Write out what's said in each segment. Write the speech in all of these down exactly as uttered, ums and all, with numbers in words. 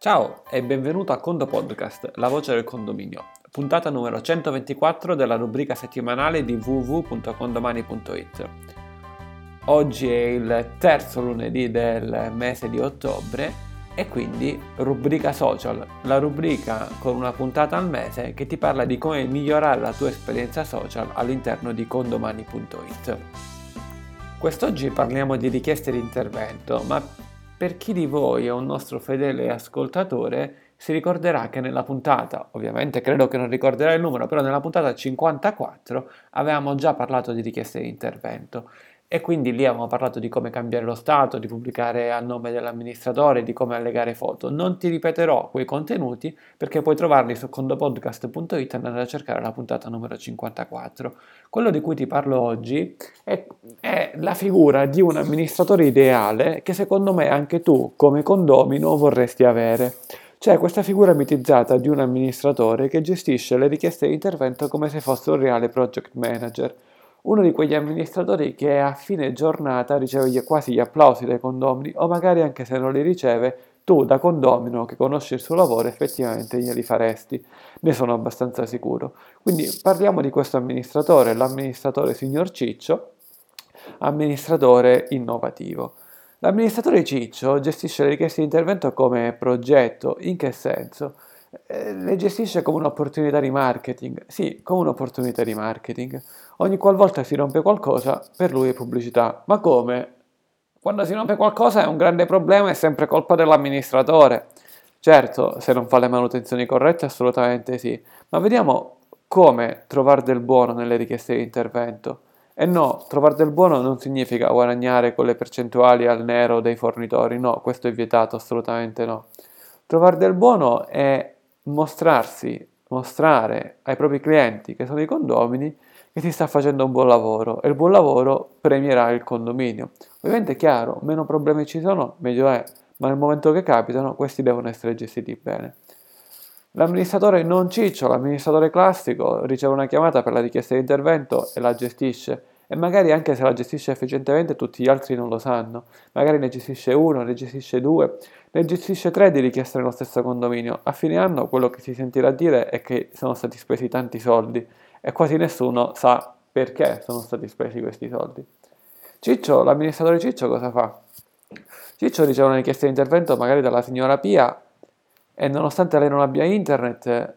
Ciao e benvenuto a Condo Podcast, la voce del condominio, puntata numero centoventiquattro della rubrica settimanale di w w w punto condomani punto i t. Oggi è il terzo lunedì del mese di ottobre e quindi rubrica social, la rubrica con una puntata al mese che ti parla di come migliorare la tua esperienza social all'interno di condomani punto i t. Quest'oggi parliamo di richieste di intervento, ma per chi di voi è un nostro fedele ascoltatore si ricorderà che nella puntata, ovviamente credo che non ricorderà il numero, però nella puntata cinquantaquattro avevamo già parlato di richieste di intervento e quindi lì avevamo parlato di come cambiare lo stato, di pubblicare a nome dell'amministratore, di come allegare foto. Non ti ripeterò quei contenuti perché puoi trovarli su condopodcast punto i t e andare a cercare la puntata numero cinquantaquattro. Quello di cui ti parlo oggi è, è la figura di un amministratore ideale che secondo me anche tu come condomino vorresti avere. Cioè questa figura mitizzata di un amministratore che gestisce le richieste di intervento come se fosse un reale project manager. Uno di quegli amministratori che a fine giornata riceve quasi gli applausi dai condomini o magari anche se non li riceve, tu da condomino che conosci il suo lavoro effettivamente glieli faresti, ne sono abbastanza sicuro. Quindi parliamo di questo amministratore, l'amministratore signor Ciccio, amministratore innovativo. L'amministratore Ciccio gestisce le richieste di intervento come progetto, in che senso? Eh, le gestisce come un'opportunità di marketing, sì, come un'opportunità di marketing. Ogni qualvolta si rompe qualcosa, per lui è pubblicità. Ma come? Quando si rompe qualcosa è un grande problema, è sempre colpa dell'amministratore. Certo, se non fa le manutenzioni corrette, assolutamente sì. Ma vediamo come trovare del buono nelle richieste di intervento. E no, trovare del buono non significa guadagnare con le percentuali al nero dei fornitori, no, questo è vietato, assolutamente no. Trovare del buono è mostrarsi, mostrare ai propri clienti, che sono i condomini, che si sta facendo un buon lavoro e il buon lavoro premierà il condominio. Ovviamente è chiaro, meno problemi ci sono, meglio è, ma nel momento che capitano questi devono essere gestiti bene. L'amministratore non ciccio, l'amministratore classico, riceve una chiamata per la richiesta di intervento e la gestisce. E magari anche se la gestisce efficientemente tutti gli altri non lo sanno. Magari ne gestisce uno, ne gestisce due, ne gestisce tre di richieste nello stesso condominio. A fine anno quello che si sentirà dire è che sono stati spesi tanti soldi e quasi nessuno sa perché sono stati spesi questi soldi. Ciccio, l'amministratore Ciccio cosa fa? Ciccio riceve una richiesta di intervento magari dalla signora Pia e nonostante lei non abbia internet,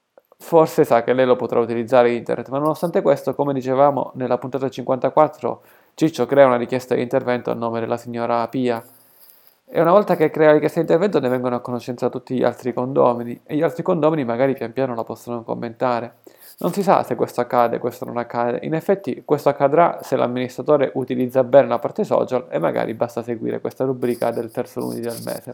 forse sa che lei lo potrà utilizzare internet, ma nonostante questo, come dicevamo nella puntata cinquantaquattro, Ciccio crea una richiesta di intervento a nome della signora Pia. E una volta che crea la richiesta di intervento ne vengono a conoscenza tutti gli altri condomini e gli altri condomini magari pian piano la possono commentare. Non si sa se questo accade, questo non accade. In effetti questo accadrà se l'amministratore utilizza bene la parte social e magari basta seguire questa rubrica del terzo lunedì del mese.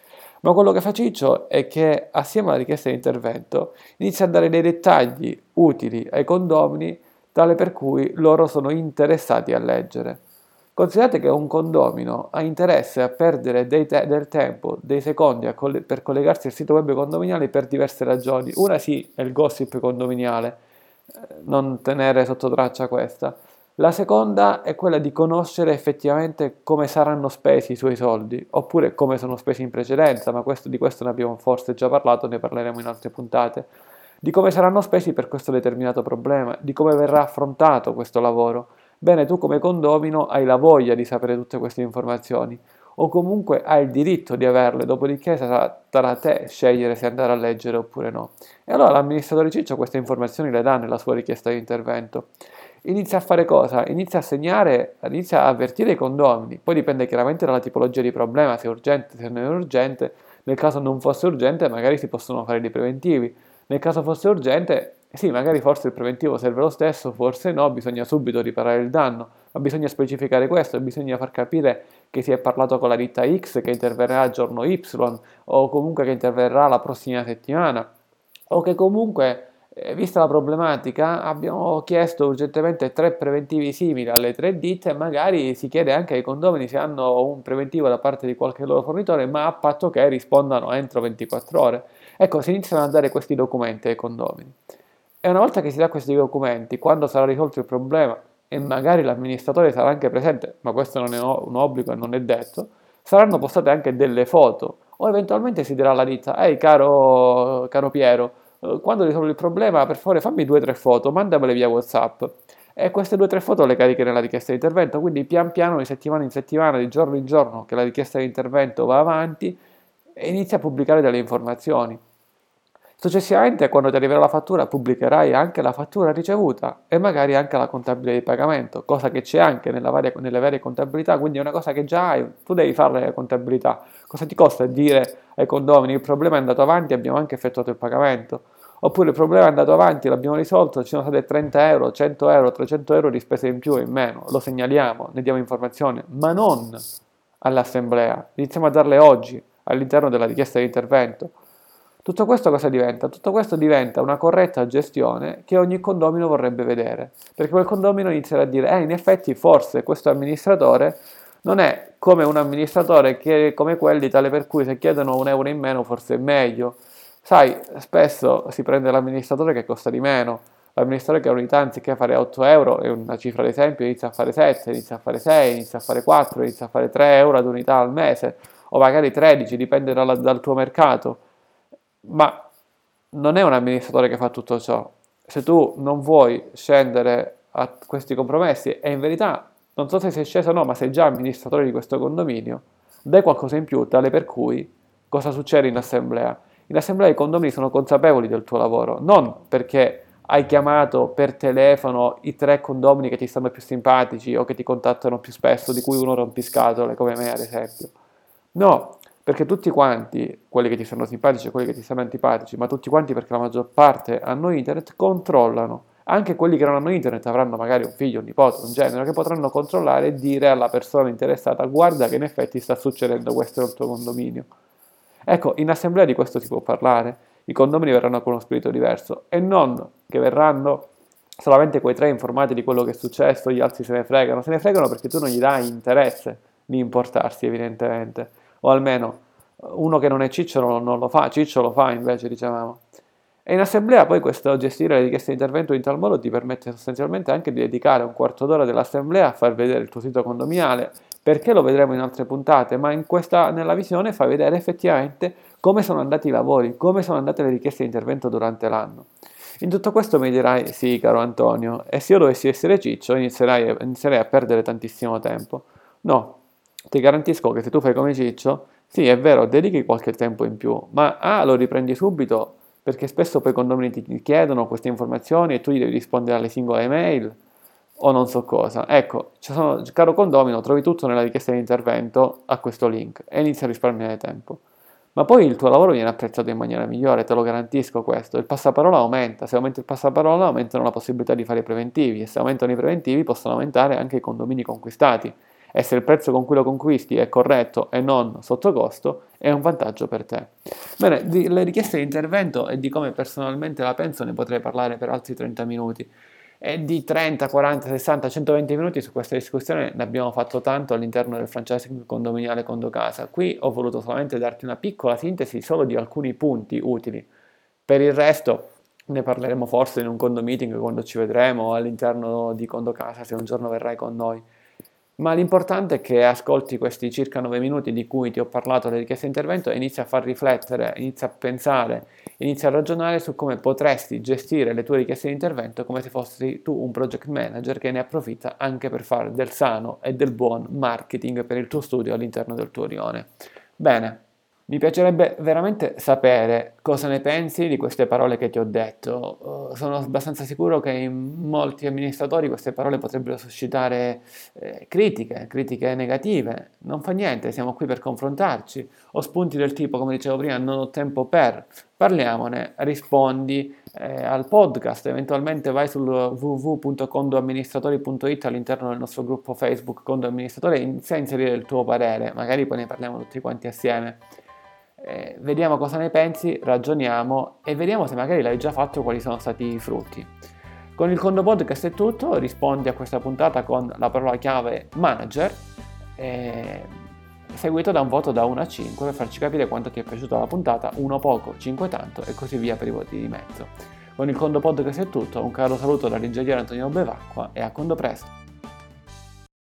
Ma quello che fa Ciccio è che assieme alla richiesta di intervento inizia a dare dei dettagli utili ai condomini tale per cui loro sono interessati a leggere. Considerate che un condomino ha interesse a perdere dei te- del tempo, dei secondi coll- per collegarsi al sito web condominiale per diverse ragioni. Una sì, è il gossip condominiale, eh, non tenere sotto traccia questa. La seconda è quella di conoscere effettivamente come saranno spesi i suoi soldi, oppure come sono spesi in precedenza, ma questo, di questo ne abbiamo forse già parlato, ne parleremo in altre puntate, di come saranno spesi per questo determinato problema, di come verrà affrontato questo lavoro. Bene, tu come condomino hai la voglia di sapere tutte queste informazioni, o comunque hai il diritto di averle, dopodiché sarà da te scegliere se andare a leggere oppure no. E allora l'amministratore Ciccio queste informazioni le dà nella sua richiesta di intervento. Inizia a fare cosa? Inizia a segnare, inizia a avvertire i condomini, poi dipende chiaramente dalla tipologia di problema, se è urgente, se non è urgente, nel caso non fosse urgente magari si possono fare dei preventivi, nel caso fosse urgente, sì, magari forse il preventivo serve lo stesso, forse no, bisogna subito riparare il danno, ma bisogna specificare questo, bisogna far capire che si è parlato con la ditta X che interverrà al giorno Y o comunque che interverrà la prossima settimana o che comunque eh, vista la problematica, abbiamo chiesto urgentemente tre preventivi simili alle tre ditte e magari si chiede anche ai condomini se hanno un preventivo da parte di qualche loro fornitore, ma a patto che rispondano entro ventiquattro ore. Ecco, si iniziano a dare questi documenti ai condomini. E una volta che si dà questi documenti, quando sarà risolto il problema, e magari l'amministratore sarà anche presente, ma questo non è un obbligo e non è detto, saranno postate anche delle foto O eventualmente si dirà alla ditta, ehi caro, caro Piero, eh, quando risolvi il problema per favore fammi due o tre foto, mandamele via WhatsApp. E queste due o tre foto le carichi nella richiesta di intervento, quindi pian piano, di settimana in settimana, di giorno in giorno, che la richiesta di intervento va avanti e inizia a pubblicare delle informazioni. Successivamente, quando ti arriverà la fattura, pubblicherai anche la fattura ricevuta e magari anche la contabile di pagamento, cosa che c'è anche nella varia, nelle varie contabilità, quindi è una cosa che già hai, tu devi fare la contabilità. Cosa ti costa dire ai condomini il problema è andato avanti, abbiamo anche effettuato il pagamento? Oppure il problema è andato avanti, l'abbiamo risolto, ci sono state trenta euro, cento euro, trecento euro di spese in più o in meno, lo segnaliamo, ne diamo informazione, ma non all'assemblea, iniziamo a darle oggi all'interno della richiesta di intervento. Tutto questo cosa diventa? Tutto questo diventa una corretta gestione che ogni condomino vorrebbe vedere, perché quel condomino inizierà a dire, eh, in effetti forse questo amministratore non è come un amministratore che è come quelli, tale per cui se chiedono un euro in meno forse è meglio. Sai, spesso si prende l'amministratore che costa di meno, l'amministratore che ha unità anziché fare otto euro, è una cifra ad esempio, inizia a fare sette, inizia a fare sei, inizia a fare quattro, inizia a fare tre euro ad unità al mese, o magari tredici, dipende dal, dal tuo mercato. Ma non è un amministratore che fa tutto ciò. Se tu non vuoi scendere a questi compromessi, e in verità non so se sei sceso o no, ma sei già amministratore di questo condominio, dai qualcosa in più, tale per cui cosa succede in assemblea? In assemblea i condomini sono consapevoli del tuo lavoro, non perché hai chiamato per telefono i tre condomini che ti stanno più simpatici o che ti contattano più spesso, di cui uno rompiscatole, come me ad esempio. No, perché tutti quanti, quelli che ti stanno simpatici e quelli che ti stanno antipatici, ma tutti quanti perché la maggior parte hanno internet, controllano. Anche quelli che non hanno internet avranno magari un figlio, un nipote, un genero, che potranno controllare e dire alla persona interessata guarda che in effetti sta succedendo questo nel tuo condominio. Ecco, in assemblea di questo si può parlare, i condomini verranno con uno spirito diverso e non che verranno solamente quei tre informati di quello che è successo, gli altri se ne fregano, se ne fregano perché tu non gli dai interesse di importarsi evidentemente, o almeno uno che non è ciccio non, non lo fa, ciccio lo fa invece dicevamo. E in assemblea poi questo gestire le richieste di intervento in tal modo ti permette sostanzialmente anche di dedicare un quarto d'ora dell'assemblea a far vedere il tuo sito condominiale, perché lo vedremo in altre puntate, ma in questa, nella visione fa vedere effettivamente come sono andati i lavori, come sono andate le richieste di intervento durante l'anno. In tutto questo mi dirai, sì caro Antonio, e se io dovessi essere ciccio inizierai, inizierei a perdere tantissimo tempo. No, ti garantisco che se tu fai come ciccio, sì è vero, dedichi qualche tempo in più, ma A lo riprendi subito, perché spesso poi i condomini ti chiedono queste informazioni e tu gli devi rispondere alle singole email o non so cosa. Ecco, sono, caro condomino, trovi tutto nella richiesta di intervento a questo link e inizia a risparmiare tempo. Ma poi il tuo lavoro viene apprezzato in maniera migliore, te lo garantisco questo. Il passaparola aumenta, se aumenta il passaparola aumentano la possibilità di fare i preventivi e se aumentano i preventivi possono aumentare anche i condomini conquistati. E se il prezzo con cui lo conquisti è corretto e non sotto costo, è un vantaggio per te. Bene, delle richieste di intervento e di come personalmente la penso ne potrei parlare per altri trenta minuti. E di trenta, quaranta, sessanta, centoventi minuti su questa discussione ne abbiamo fatto tanto all'interno del franchising condominiale Condocasa. Qui ho voluto solamente darti una piccola sintesi solo di alcuni punti utili. Per il resto ne parleremo forse in un condomeeting quando ci vedremo all'interno di Condocasa se un giorno verrai con noi. Ma l'importante è che ascolti questi circa nove minuti di cui ti ho parlato delle richieste di intervento e inizi a far riflettere, inizi a pensare, inizi a ragionare su come potresti gestire le tue richieste di intervento come se fossi tu un project manager che ne approfitta anche per fare del sano e del buon marketing per il tuo studio all'interno del tuo rione. Bene. Mi piacerebbe veramente sapere cosa ne pensi di queste parole che ti ho detto. Uh, sono abbastanza sicuro che in molti amministratori queste parole potrebbero suscitare eh, critiche, critiche negative. Non fa niente, siamo qui per confrontarci. O spunti del tipo, come dicevo prima, non ho tempo per. Parliamone, rispondi eh, al podcast, eventualmente vai sul w w w punto condoamministratori punto it all'interno del nostro gruppo Facebook Condo Amministratore e inizia a inserire il tuo parere, magari poi ne parliamo tutti quanti assieme. Eh, vediamo cosa ne pensi, ragioniamo e vediamo se magari l'hai già fatto e quali sono stati i frutti. Con il Condo Podcast è tutto, rispondi a questa puntata con la parola chiave manager, eh, seguito da un voto da uno a cinque per farci capire quanto ti è piaciuta la puntata, uno poco, cinque tanto e così via per i voti di mezzo. Con il Condo Podcast è tutto, un caro saluto dall'ingegnere Antonio Bevacqua e a Condo presto!